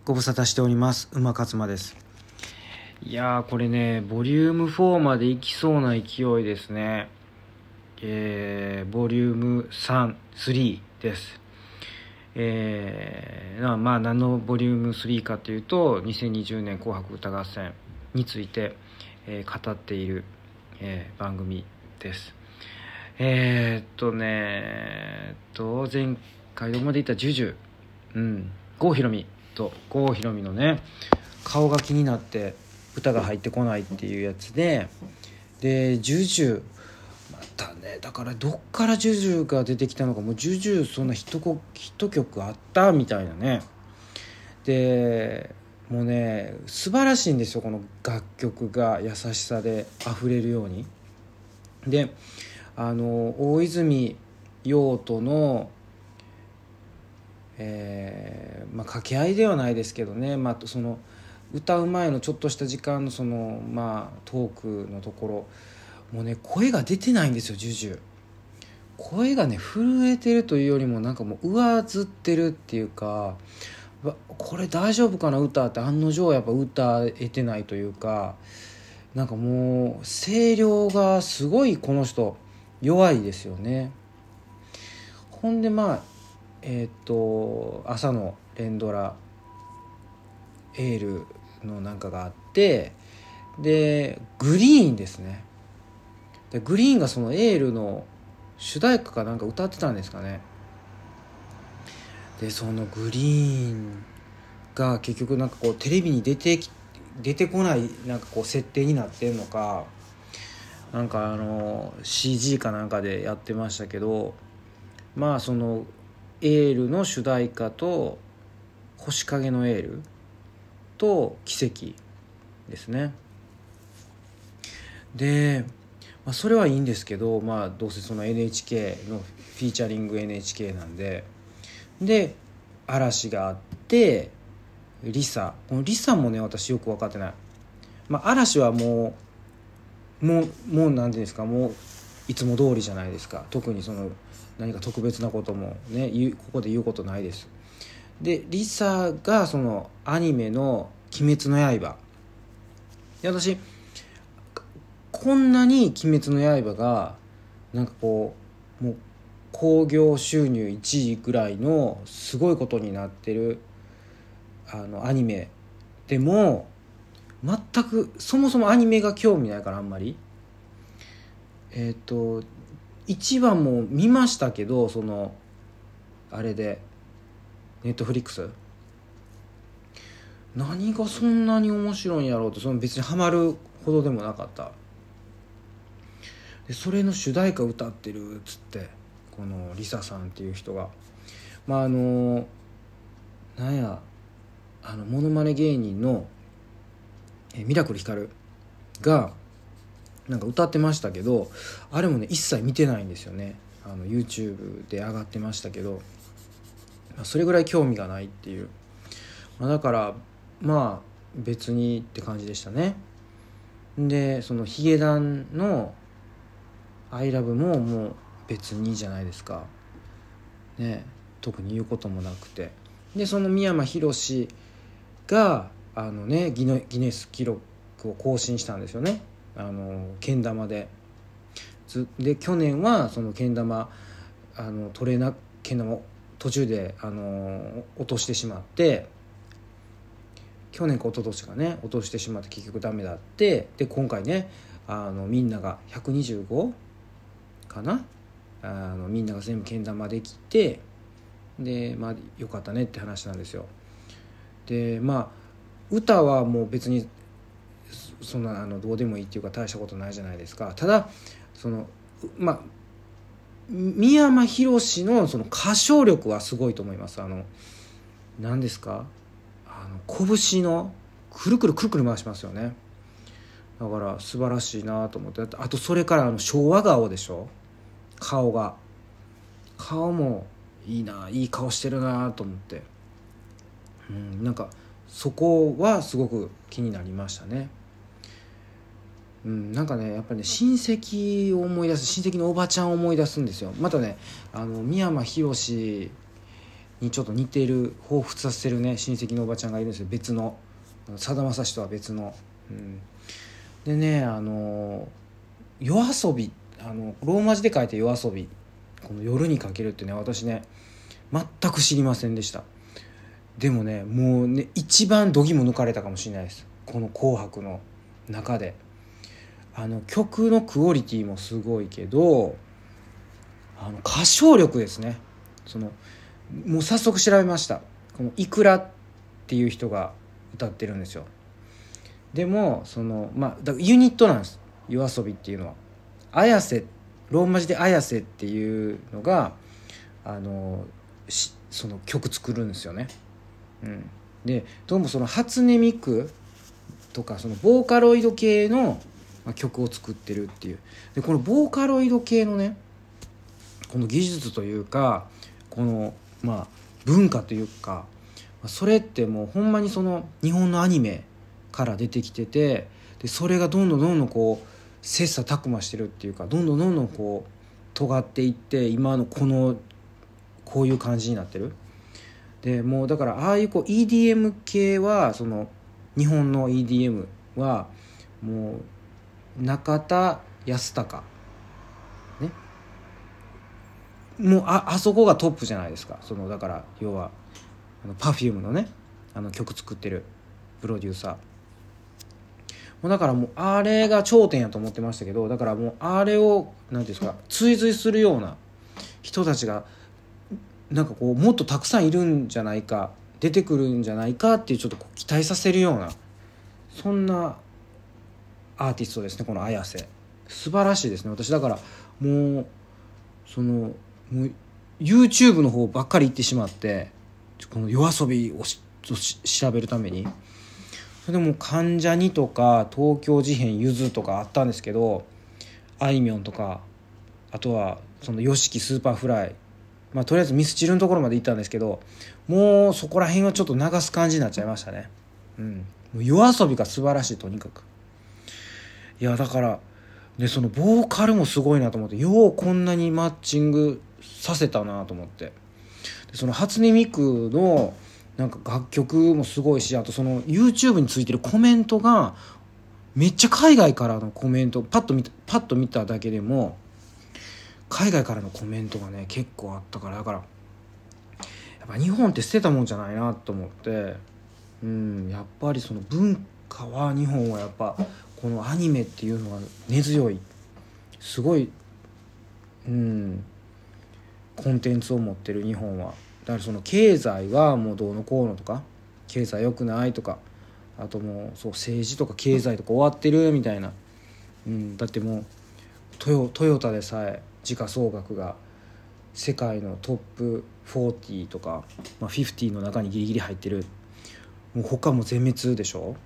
ご無沙汰しております。馬勝間です。いやーこれねボリューム4までいきそうな勢いですね。ボリューム3です。まあ何のボリューム3かというと2020年紅白歌合戦について、語っている、番組です。前回どこまでいったジュジュ、郷ひろみのね顔が気になって歌が入ってこないっていうやつでジュジュまたね、だからどっからジュジュが出てきたのか、もうジュジュそんなヒット曲あったみたいなね。でもうね素晴らしいんですよ、この楽曲が優しさで溢れるように。で大泉洋との掛け合いではないですけどね、その歌う前のちょっとした時間のトークのところもうね声が出てないんですよ。ジュジュ声がね震えてるというよりもなんかもう上ずってるっていうか、これ大丈夫かな歌って案の定やっぱ歌えてないというか、なんかもう声量がすごいこの人弱いですよね。ほんで朝の連ドラエールのなんかがあって、でグリーンですね。でグリーンがそのエールの主題歌かなんか歌ってたんですかね。でそのグリーンが結局なんかこうテレビに出てこないなんかこう設定になってんのか、なんかCG かなんかでやってましたけど、そのエールの主題歌と星影のエールと奇跡ですね。で、それはいいんですけど、どうせその NHK のフィーチャリング NHK なんで、嵐があってリサ、このリサもね私よく分かってない。嵐はもう何て言うんですか、もういつも通りじゃないですか。特にその何か特別なこともねここで言うことないです。でリサがそのアニメの鬼滅の刃で、私こんなに鬼滅の刃がなんかこうもう興行収入1位ぐらいのすごいことになってるアニメでも全くそもそもアニメが興味ないから、あんまり1話も見ましたけど、そのあれでネットフリックス何がそんなに面白いんやろうと、その別にハマるほどでもなかった。でそれの主題歌歌ってるっつって、このリサさんっていう人がなんやモノマネ芸人のミラクルヒカルがなんか歌ってましたけど、あれもね一切見てないんですよね。YouTube で上がってましたけど、それぐらい興味がないっていう、だから別にって感じでしたね。でそのヒゲダンのアイラブももう別にじゃないですかね、特に言うこともなくて。でその三山ひろしがギネス記録を更新したんですよね、けん玉で。で去年はそのけん玉けん玉を途中で落としてしまって、去年か一昨年かね落としてしまって結局ダメだって、で今回ねみんなが125かな、みんなが全部けん玉できて、でよかったねって話なんですよ。で歌はもう別にそんなどうでもいいっていうか大したことないじゃないですか。ただその三山ひろしのその歌唱力はすごいと思います。何ですか、拳のくるくる回しますよね。だから素晴らしいなと思って。あとそれから昭和顔でしょ、顔もいい顔してるなと思って、なんかそこはすごく気になりましたね。なんかねやっぱりね親戚のおばちゃんを思い出すんですよ。またね三山ひろしにちょっと似てる彷彿させるね親戚のおばちゃんがいるんですよ。別のさだまさしとは別の、でね夜遊びローマ字で書いて夜遊び、この夜にかけるってね私ね全く知りませんでした。でもねもうね一番度肝抜かれたかもしれないです、この紅白の中で。曲のクオリティもすごいけど歌唱力ですね。もう早速調べました。このいくらっていう人が歌ってるんですよ。でもだからユニットなんです、夜遊びっていうのは。綾瀬、ローマ字で綾瀬っていうのがその曲作るんですよね。でどうもその初音ミクとかそのボーカロイド系の曲を作ってるっていう。でこのボーカロイド系のねこの技術というかこの文化というか、それってもうほんまにその日本のアニメから出てきてて、でそれがどんどんこう切磋琢磨してるっていうか、どんどんこう尖っていって今のこういう感じになってる。でもうだからああいうEDM 系はその日本の EDM はもう中田泰孝ね、もうあそこがトップじゃないですか。だから要はPerfume のね曲作ってるプロデューサーもうだからもうあれが頂点やと思ってましたけど、だからもうあれをなんていうんですか追随するような人たちがなんかもっとたくさんいるんじゃないか、出てくるんじゃないかっていうちょっと期待させるようなそんなアーティストですね、この綾瀬。素晴らしいですね。私だからもうYouTube の方ばっかり行ってしまって、この夜遊びを調べるために。それでも関ジャニとか東京事変ゆずとかあったんですけど、あいみょんとかあとはその YOSHIKI スーパーフライ、とりあえずミスチルのところまで行ったんですけど、もうそこら辺はちょっと流す感じになっちゃいましたね。もう夜遊びが素晴らしい。とにかくいやだからでそのボーカルもすごいなと思って、ようこんなにマッチングさせたなと思って。でその初音ミクのなんか楽曲もすごいし、あとその YouTube についてるコメントがめっちゃ海外からのコメントパッと見ただけでも海外からのコメントがね結構あったから、だからやっぱ日本って捨てたもんじゃないなと思って、やっぱりその文化は日本はやっぱこのアニメっていうのが根強い、すごいコンテンツを持ってる日本は。だからその経済がもうどうのこうのとか、経済良くないとか、あともう政治とか経済とか終わってるみたいな、だってもうトヨタでさえ時価総額が世界のトップ40とか、50の中にギリギリ入ってる。もう他も全滅でしょ。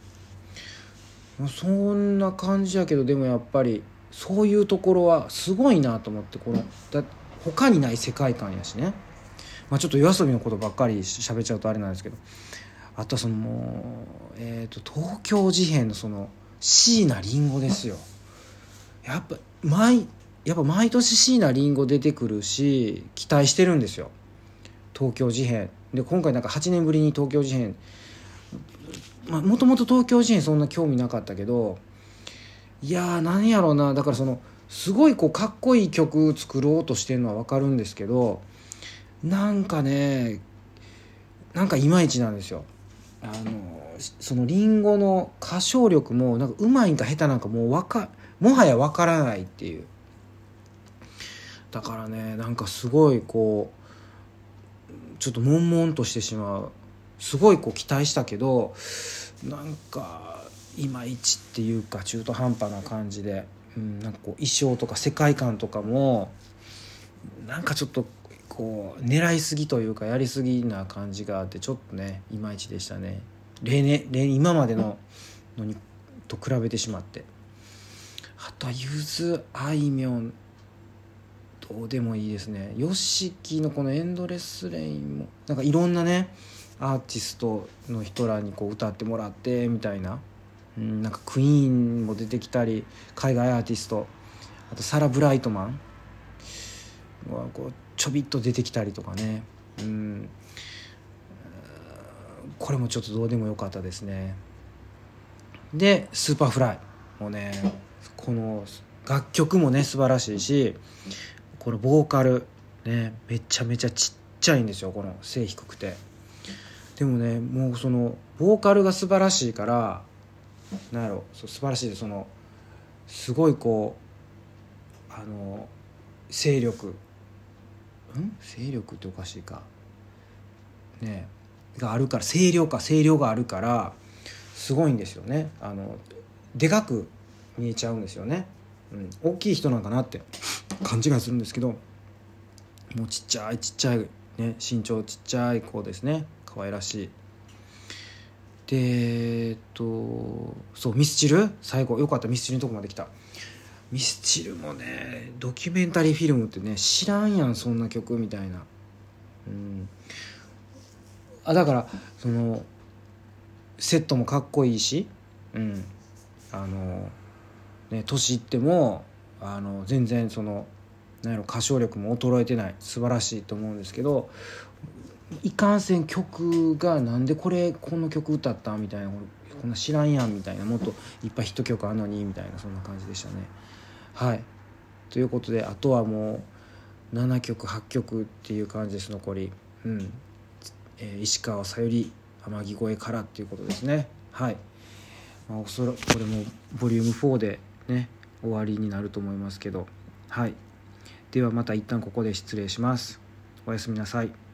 そんな感じやけど、でもやっぱりそういうところはすごいなと思って、他にない世界観やしね。ちょっと夜遊びのことばっかり喋っちゃうとあれなんですけど、あとは東京事変のその椎名林檎ですよ。やっぱ毎年椎名林檎出てくるし期待してるんですよ、東京事変で。今回なんか8年ぶりに東京事変、もともと東京事変そんな興味なかったけど、いやー何やろうな、だからすごいかっこいい曲作ろうとしてるのは分かるんですけど、なんかねなんかいまいちなんですよ。そのリンゴの歌唱力もなんかうまいんか下手なんかもはや分からないっていう。だからねなんかすごいちょっと悶々としてしまう。すごい期待したけどなんかいまいちっていうか中途半端な感じで、なんか衣装とか世界観とかもなんかちょっと狙いすぎというかやりすぎな感じがあって、ちょっとねいまいちでしたね。今までのにと比べてしまって。あとはゆず、あいみょんどうでもいいですね。YOSHIKIのこのエンドレスレインもなんかいろんなねアーティストの人らに歌ってもらってみたいな、なんかクイーンも出てきたり、海外アーティスト、あとサラ・ブライトマンちょびっと出てきたりとかね。 これもちょっとどうでもよかったですね。でスーパーフライもね、この楽曲もね素晴らしいし、このボーカルねめちゃめちゃちっちゃいんですよ、この背低くて。でもねもうそのボーカルが素晴らしいから、なんやろ、素晴らしいで、そのすごいこう勢力っておかしいかねがあるから、声量があるからすごいんですよね。でかく見えちゃうんですよね、大きい人なんかなって勘違いするんですけど、もうちっちゃいね、身長ちっちゃい子ですね。可愛らしい。でそうミスチル、最後よかった、ミスチルのとこまで来た。ミスチルもねドキュメンタリーフィルムってね、知らんやんそんな曲みたいな。だからそのセットもかっこいいし、年いっても全然そのなんやろ、歌唱力も衰えてない、素晴らしいと思うんですけど、いかんせん曲がなんでこの曲歌ったみたいな、こんな知らんやんみたいな、もっといっぱいヒット曲あんのにみたいな、そんな感じでしたね。はい、ということであとはもう7曲8曲っていう感じです、残り。石川さゆり天城越えからっていうことですね。はい、おそらくこれもボリューム4でね終わりになると思いますけど、はい、ではまた一旦ここで失礼します。おやすみなさい。